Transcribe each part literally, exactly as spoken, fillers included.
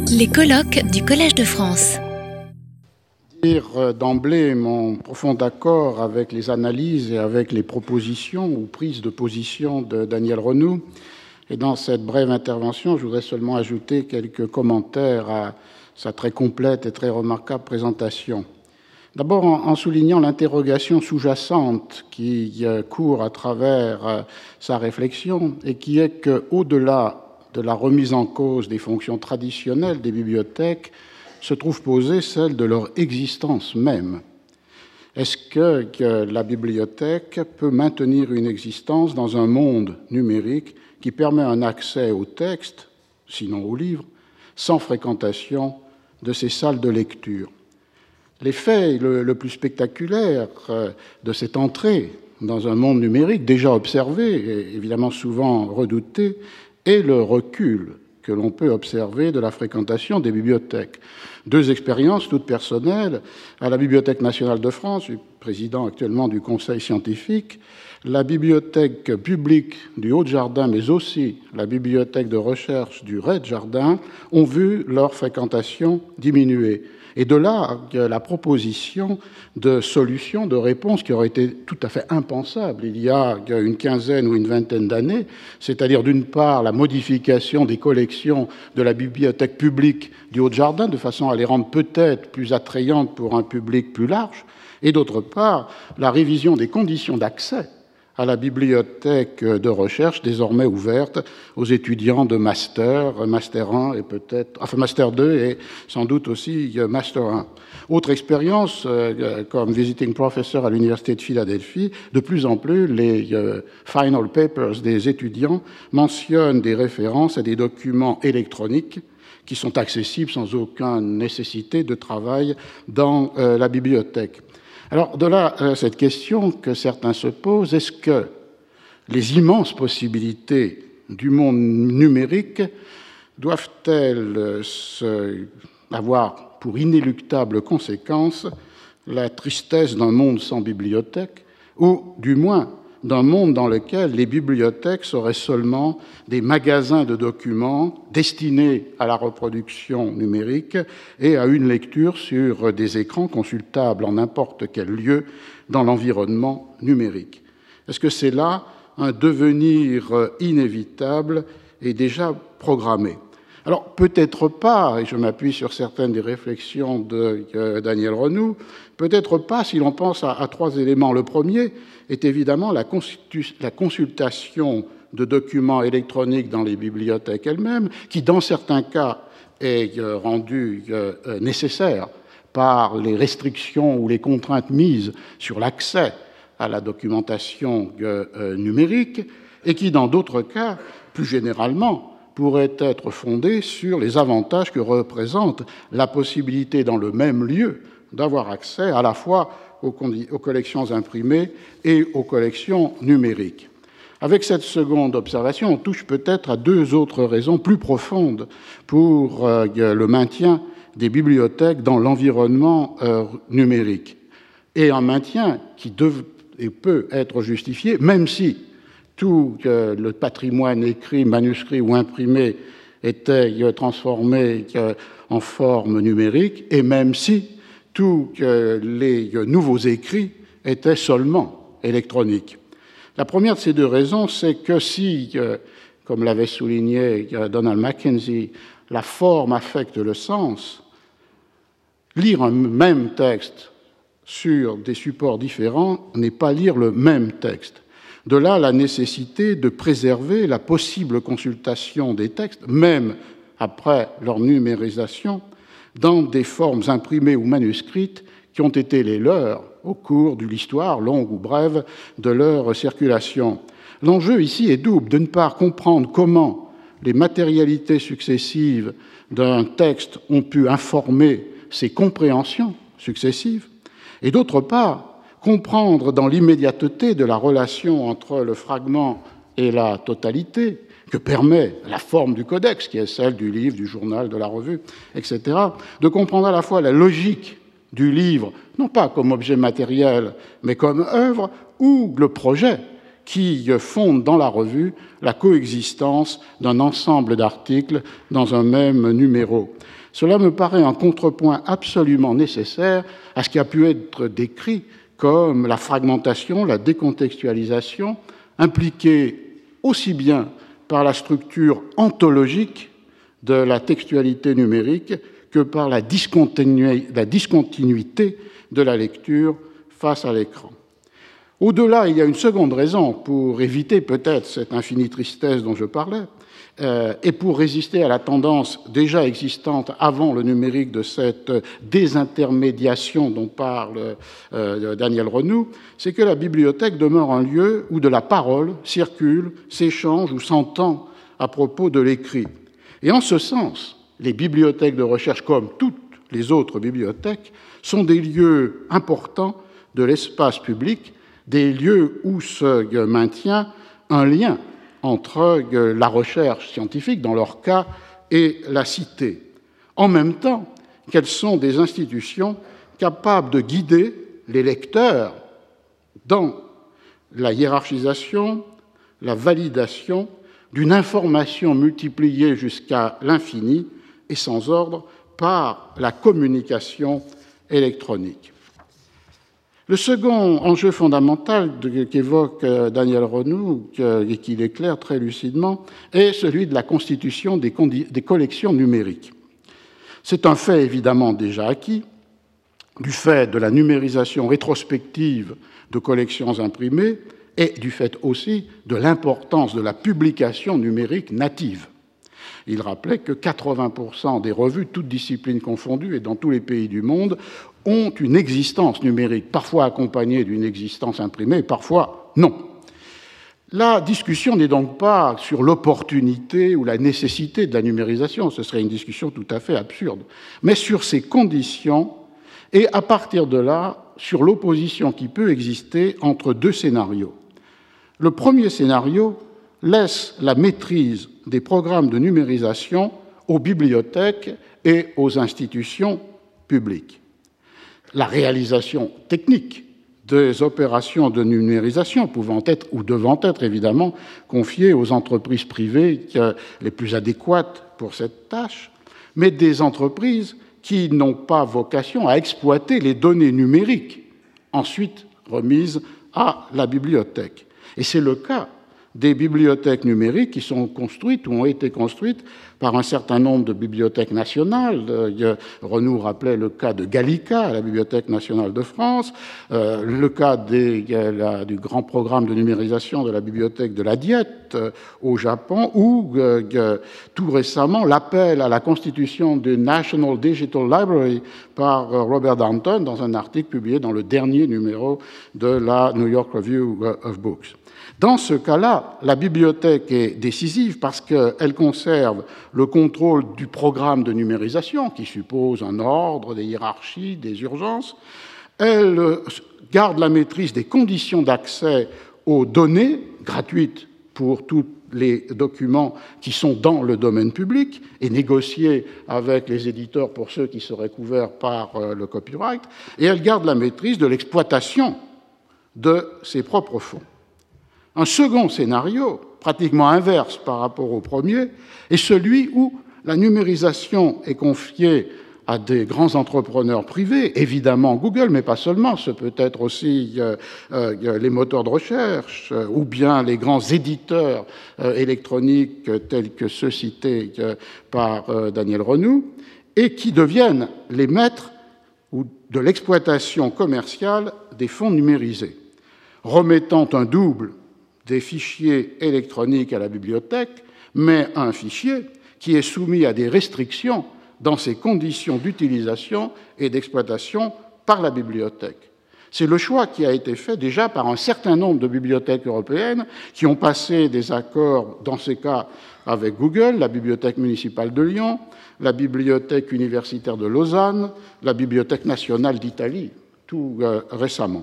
Les colloques du Collège de France. Dire d'emblée mon profond accord avec les analyses et avec les propositions ou prises de position de Daniel Renou. Et dans cette brève intervention, je voudrais seulement ajouter quelques commentaires à sa très complète et très remarquable présentation. D'abord en, en soulignant l'interrogation sous-jacente qui euh, court à travers euh, sa réflexion et qui est qu'au-delà de la remise en cause des fonctions traditionnelles des bibliothèques, se trouve posée celle de leur existence même. Est-ce que, que la bibliothèque peut maintenir une existence dans un monde numérique qui permet un accès au texte, sinon aux livres, sans fréquentation de ces salles de lecture? L'effet le, le plus spectaculaire de cette entrée dans un monde numérique déjà observé et évidemment souvent redouté est le recul que l'on peut observer de la fréquentation des bibliothèques. Deux expériences toutes personnelles, à la Bibliothèque nationale de France, je suis président actuellement du conseil scientifique, la bibliothèque publique du Haut-de-Jardin, mais aussi la bibliothèque de recherche du Rez-de-Jardin, ont vu leur fréquentation diminuer. Et de là, la proposition de solutions, de réponses qui auraient été tout à fait impensables il y a une quinzaine ou une vingtaine d'années, c'est-à-dire d'une part la modification des collections de la bibliothèque publique du Haut-de-Jardin, de façon à les rendre peut-être plus attrayantes pour un public plus large, et d'autre part la révision des conditions d'accès à la bibliothèque de recherche désormais ouverte aux étudiants de Master, Master un et peut-être, enfin Master deux et sans doute aussi Master un. Autre expérience, euh, comme visiting professor à l'Université de Philadelphie, de plus en plus les euh, final papers des étudiants mentionnent des références à des documents électroniques qui sont accessibles sans aucune nécessité de travail dans euh, la bibliothèque. Alors, de là, euh, cette question que certains se posent, est-ce que les immenses possibilités du monde numérique doivent-elles se, avoir pour inéluctable conséquence la tristesse d'un monde sans bibliothèque, ou du moins d'un monde dans lequel les bibliothèques seraient seulement des magasins de documents destinés à la reproduction numérique et à une lecture sur des écrans consultables en n'importe quel lieu dans l'environnement numérique? Est-ce que c'est là un devenir inévitable et déjà programmé? Alors, peut-être pas, et je m'appuie sur certaines des réflexions de euh, Daniel Renou, peut-être pas si l'on pense à, à trois éléments. Le premier est évidemment la, la consultation de documents électroniques dans les bibliothèques elles-mêmes, qui, dans certains cas, est euh, rendue euh, nécessaire par les restrictions ou les contraintes mises sur l'accès à la documentation euh, euh, numérique, et qui, dans d'autres cas, plus généralement, pourrait être fondée sur les avantages que représente la possibilité dans le même lieu d'avoir accès à la fois aux, aux collections imprimées et aux collections numériques. Avec cette seconde observation, on touche peut-être à deux autres raisons plus profondes pour euh, le maintien des bibliothèques dans l'environnement euh, numérique, et un maintien qui dev- et peut être justifié, même si tout euh, le patrimoine écrit, manuscrit ou imprimé était euh, transformé euh, en forme numérique, et même si tous euh, les euh, nouveaux écrits étaient seulement électroniques. La première de ces deux raisons, c'est que si, euh, comme l'avait souligné euh, Donald Mackenzie, la forme affecte le sens, lire un même texte sur des supports différents n'est pas lire le même texte. De là, la nécessité de préserver la possible consultation des textes, même après leur numérisation, dans des formes imprimées ou manuscrites qui ont été les leurs au cours de l'histoire, longue ou brève, de leur circulation. L'enjeu ici est double. D'une part, comprendre comment les matérialités successives d'un texte ont pu informer ses compréhensions successives, et d'autre part, comprendre dans l'immédiateté de la relation entre le fragment et la totalité que permet la forme du codex, qui est celle du livre, du journal, de la revue, et cetera, de comprendre à la fois la logique du livre, non pas comme objet matériel, mais comme œuvre, ou le projet qui fondent dans la revue la coexistence d'un ensemble d'articles dans un même numéro. Cela me paraît un contrepoint absolument nécessaire à ce qui a pu être décrit comme la fragmentation, la décontextualisation, impliquée aussi bien par la structure ontologique de la textualité numérique que par la discontinuité de la lecture face à l'écran. Au-delà, il y a une seconde raison pour éviter peut-être cette infinie tristesse dont je parlais, euh, et pour résister à la tendance déjà existante avant le numérique de cette désintermédiation dont parle euh, Daniel Renou, c'est que la bibliothèque demeure un lieu où de la parole circule, s'échange ou s'entend à propos de l'écrit. Et en ce sens, les bibliothèques de recherche, comme toutes les autres bibliothèques, sont des lieux importants de l'espace public, des lieux où se maintient un lien entre la recherche scientifique, dans leur cas, et la cité. En même temps qu'elles sont des institutions capables de guider les lecteurs dans la hiérarchisation, la validation d'une information multipliée jusqu'à l'infini et sans ordre par la communication électronique. Le second enjeu fondamental qu'évoque Daniel Renou, et qu'il éclaire très lucidement, est celui de la constitution des, des collections numériques. C'est un fait évidemment déjà acquis, du fait de la numérisation rétrospective de collections imprimées et du fait aussi de l'importance de la publication numérique native. Il rappelait que quatre-vingts pour cent des revues, toutes disciplines confondues et dans tous les pays du monde, ont une existence numérique, parfois accompagnée d'une existence imprimée, parfois non. La discussion n'est donc pas sur l'opportunité ou la nécessité de la numérisation, ce serait une discussion tout à fait absurde, mais sur ses conditions et, à partir de là, sur l'opposition qui peut exister entre deux scénarios. Le premier scénario laisse la maîtrise des programmes de numérisation aux bibliothèques et aux institutions publiques. La réalisation technique des opérations de numérisation pouvant être ou devant être évidemment confiée aux entreprises privées les plus adéquates pour cette tâche, mais des entreprises qui n'ont pas vocation à exploiter les données numériques ensuite remises à la bibliothèque. Et c'est le cas des bibliothèques numériques qui sont construites ou ont été construites par un certain nombre de bibliothèques nationales. Renou rappelait le cas de Gallica, la Bibliothèque nationale de France, euh, le cas des, la, du grand programme de numérisation de la Bibliothèque de la Diète euh, au Japon, ou euh, tout récemment l'appel à la constitution du National Digital Library par Robert Darnton dans un article publié dans le dernier numéro de la New York Review of Books. Dans ce cas-là, la bibliothèque est décisive parce qu'elle conserve le contrôle du programme de numérisation, qui suppose un ordre, des hiérarchies, des urgences. Elle garde la maîtrise des conditions d'accès aux données gratuites pour tous les documents qui sont dans le domaine public et négociés avec les éditeurs pour ceux qui seraient couverts par le copyright. Et elle garde la maîtrise de l'exploitation de ses propres fonds. Un second scénario, pratiquement inverse par rapport au premier, est celui où la numérisation est confiée à des grands entrepreneurs privés, évidemment Google, mais pas seulement, ce peut être aussi euh, euh, les moteurs de recherche, euh, ou bien les grands éditeurs euh, électroniques euh, tels que ceux cités euh, par euh, Daniel Renou, et qui deviennent les maîtres de l'exploitation commerciale des fonds numérisés, remettant un double des fichiers électroniques à la bibliothèque, mais un fichier qui est soumis à des restrictions dans ses conditions d'utilisation et d'exploitation par la bibliothèque. C'est le choix qui a été fait déjà par un certain nombre de bibliothèques européennes qui ont passé des accords, dans ces cas, avec Google, la Bibliothèque municipale de Lyon, la Bibliothèque universitaire de Lausanne, la Bibliothèque nationale d'Italie, tout euh, récemment.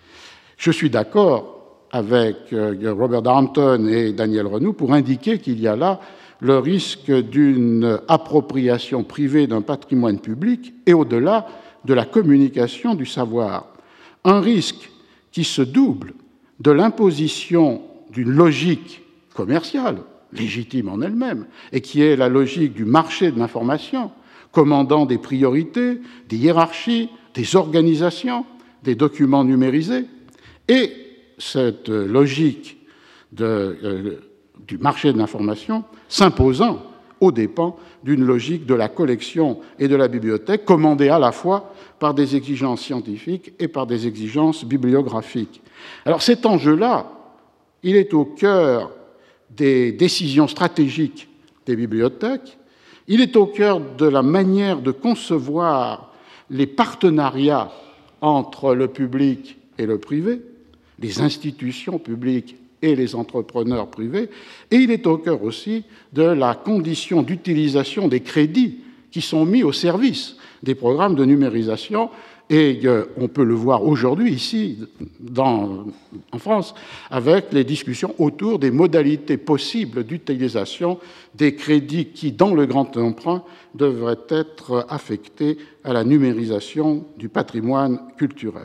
Je suis d'accord avec Robert Darnton et Daniel Renou pour indiquer qu'il y a là le risque d'une appropriation privée d'un patrimoine public et au-delà de la communication du savoir. Un risque qui se double de l'imposition d'une logique commerciale, légitime en elle-même, et qui est la logique du marché de l'information, commandant des priorités, des hiérarchies, des organisations, des documents numérisés, et cette logique de, euh, du marché de l'information s'imposant aux dépens d'une logique de la collection et de la bibliothèque, commandée à la fois par des exigences scientifiques et par des exigences bibliographiques. Alors cet enjeu-là, il est au cœur des décisions stratégiques des bibliothèques, il est au cœur de la manière de concevoir les partenariats entre le public et le privé, les institutions publiques et les entrepreneurs privés, et il est au cœur aussi de la condition d'utilisation des crédits qui sont mis au service des programmes de numérisation. Et euh, on peut le voir aujourd'hui ici, dans, en France, avec les discussions autour des modalités possibles d'utilisation des crédits qui, dans le grand emprunt, devraient être affectés à la numérisation du patrimoine culturel.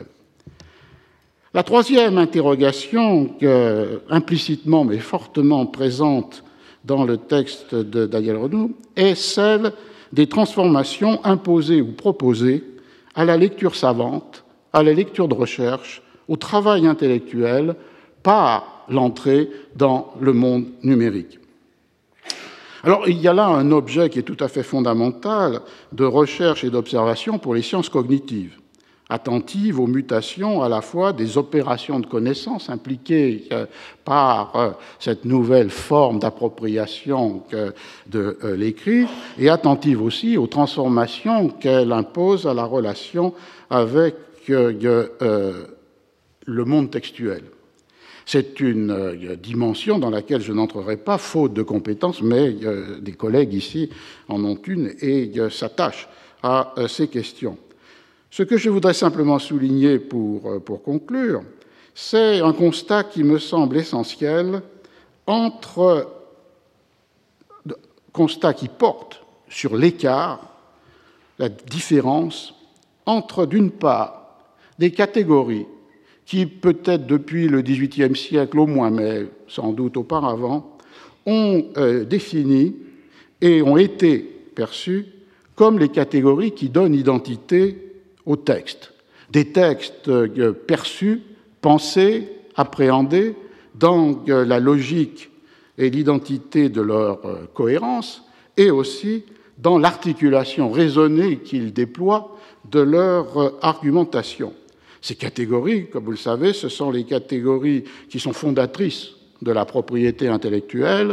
La troisième interrogation, que, implicitement mais fortement présente dans le texte de Daniel Renou, est celle des transformations imposées ou proposées à la lecture savante, à la lecture de recherche, au travail intellectuel par l'entrée dans le monde numérique. Alors, il y a là un objet qui est tout à fait fondamental de recherche et d'observation pour les sciences cognitives, attentive aux mutations à la fois des opérations de connaissance impliquées par cette nouvelle forme d'appropriation de l'écrit et attentive aussi aux transformations qu'elle impose à la relation avec le monde textuel. C'est une dimension dans laquelle je n'entrerai pas, faute de compétences, mais des collègues ici en ont une et s'attachent à ces questions. Ce que je voudrais simplement souligner pour, pour conclure, c'est un constat qui me semble essentiel entre constat qui porte sur l'écart, la différence entre, d'une part, des catégories qui, peut-être depuis le dix-huitième siècle au moins, mais sans doute auparavant, ont euh, défini et ont été perçues comme les catégories qui donnent identité aux textes, des textes perçus, pensés, appréhendés dans la logique et l'identité de leur cohérence et aussi dans l'articulation raisonnée qu'ils déploient de leur argumentation. Ces catégories, comme vous le savez, ce sont les catégories qui sont fondatrices de la propriété intellectuelle,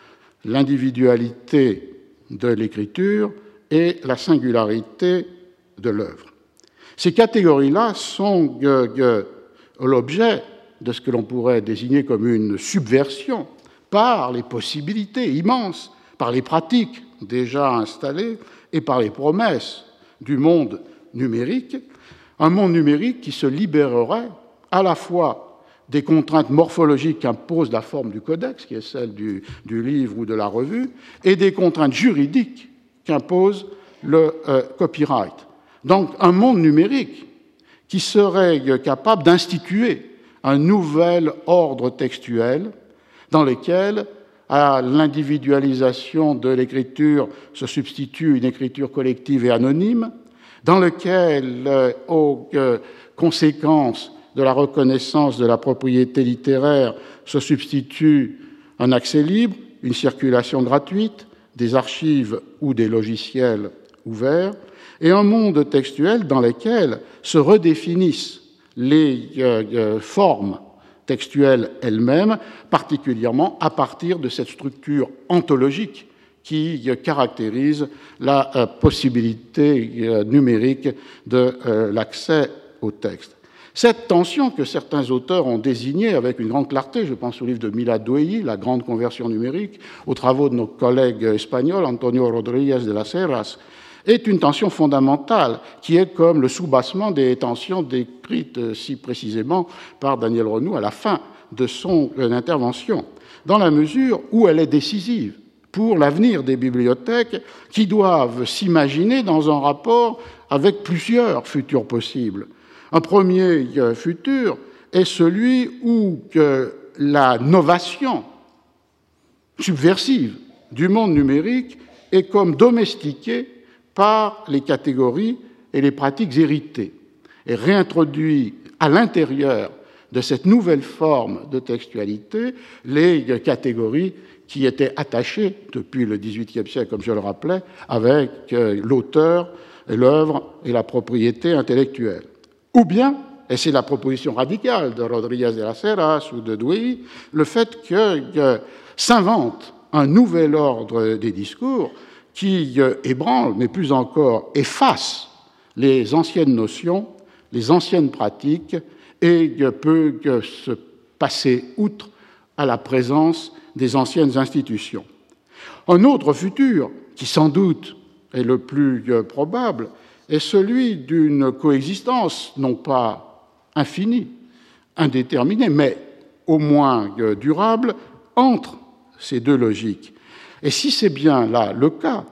l'individualité de l'écriture et la singularité de l'œuvre. Ces catégories-là sont euh, euh, l'objet de ce que l'on pourrait désigner comme une subversion par les possibilités immenses, par les pratiques déjà installées et par les promesses du monde numérique, un monde numérique qui se libérerait à la fois des contraintes morphologiques qu'impose la forme du codex, qui est celle du, du livre ou de la revue, et des contraintes juridiques qu'impose le euh, copyright. Donc un monde numérique qui serait capable d'instituer un nouvel ordre textuel dans lequel à l'individualisation de l'écriture se substitue une écriture collective et anonyme, dans lequel, euh, aux euh, conséquences de la reconnaissance de la propriété littéraire se substitue un accès libre, une circulation gratuite, des archives ou des logiciels ouverts, et un monde textuel dans lequel se redéfinissent les euh, euh, formes textuelles elles-mêmes, particulièrement à partir de cette structure ontologique qui euh, caractérise la euh, possibilité euh, numérique de euh, l'accès au texte. Cette tension que certains auteurs ont désignée avec une grande clarté, je pense au livre de Mila Douei, La grande conversion numérique, aux travaux de nos collègues espagnols, Antonio Rodríguez de las Heras, est une tension fondamentale qui est comme le soubassement des tensions décrites si précisément par Daniel Renou à la fin de son intervention, dans la mesure où elle est décisive pour l'avenir des bibliothèques qui doivent s'imaginer dans un rapport avec plusieurs futurs possibles. Un premier futur est celui où la novation subversive du monde numérique est comme domestiquée par les catégories et les pratiques héritées et réintroduit à l'intérieur de cette nouvelle forme de textualité les catégories qui étaient attachées depuis le dix-huitième siècle, comme je le rappelais, avec l'auteur, l'œuvre et la propriété intellectuelle. Ou bien, et c'est la proposition radicale de Rodríguez de las Heras ou de Douai, le fait que, que s'invente un nouvel ordre des discours qui ébranle, mais plus encore efface les anciennes notions, les anciennes pratiques, et peut se passer outre à la présence des anciennes institutions. Un autre futur, qui sans doute est le plus probable, est celui d'une coexistence, non pas infinie, indéterminée, mais au moins durable, entre ces deux logiques. Et si c'est bien là le cas,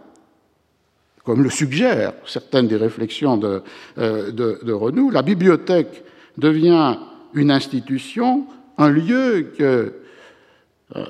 comme le suggèrent certaines des réflexions de, euh, de, de Renou, la bibliothèque devient une institution, un lieu, que, euh,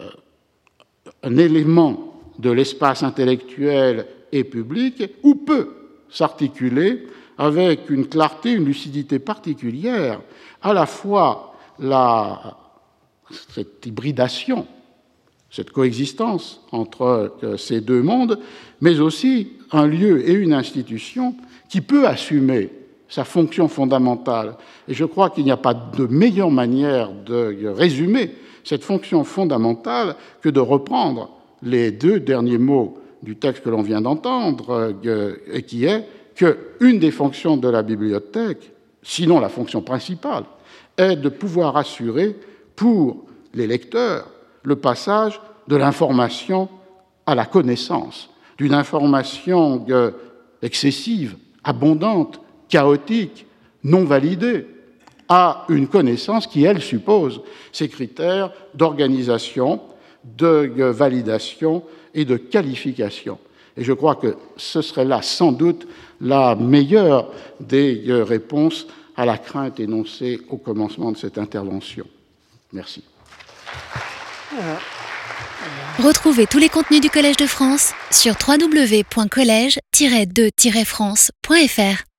un élément de l'espace intellectuel et public où peut s'articuler avec une clarté, une lucidité particulière, à la fois la, cette hybridation, cette coexistence entre ces deux mondes, mais aussi un lieu et une institution qui peut assumer sa fonction fondamentale. Et je crois qu'il n'y a pas de meilleure manière de résumer cette fonction fondamentale que de reprendre les deux derniers mots du texte que l'on vient d'entendre, et qui est qu'une des fonctions de la bibliothèque, sinon la fonction principale, est de pouvoir assurer pour les lecteurs le passage de l'information à la connaissance, d'une information excessive, abondante, chaotique, non validée, à une connaissance qui, elle, suppose ces critères d'organisation, de validation et de qualification. Et je crois que ce serait là, sans doute, la meilleure des réponses à la crainte énoncée au commencement de cette intervention. Merci. Retrouvez tous les contenus du Collège de France sur w w w point collège tiret de tiret france point f r.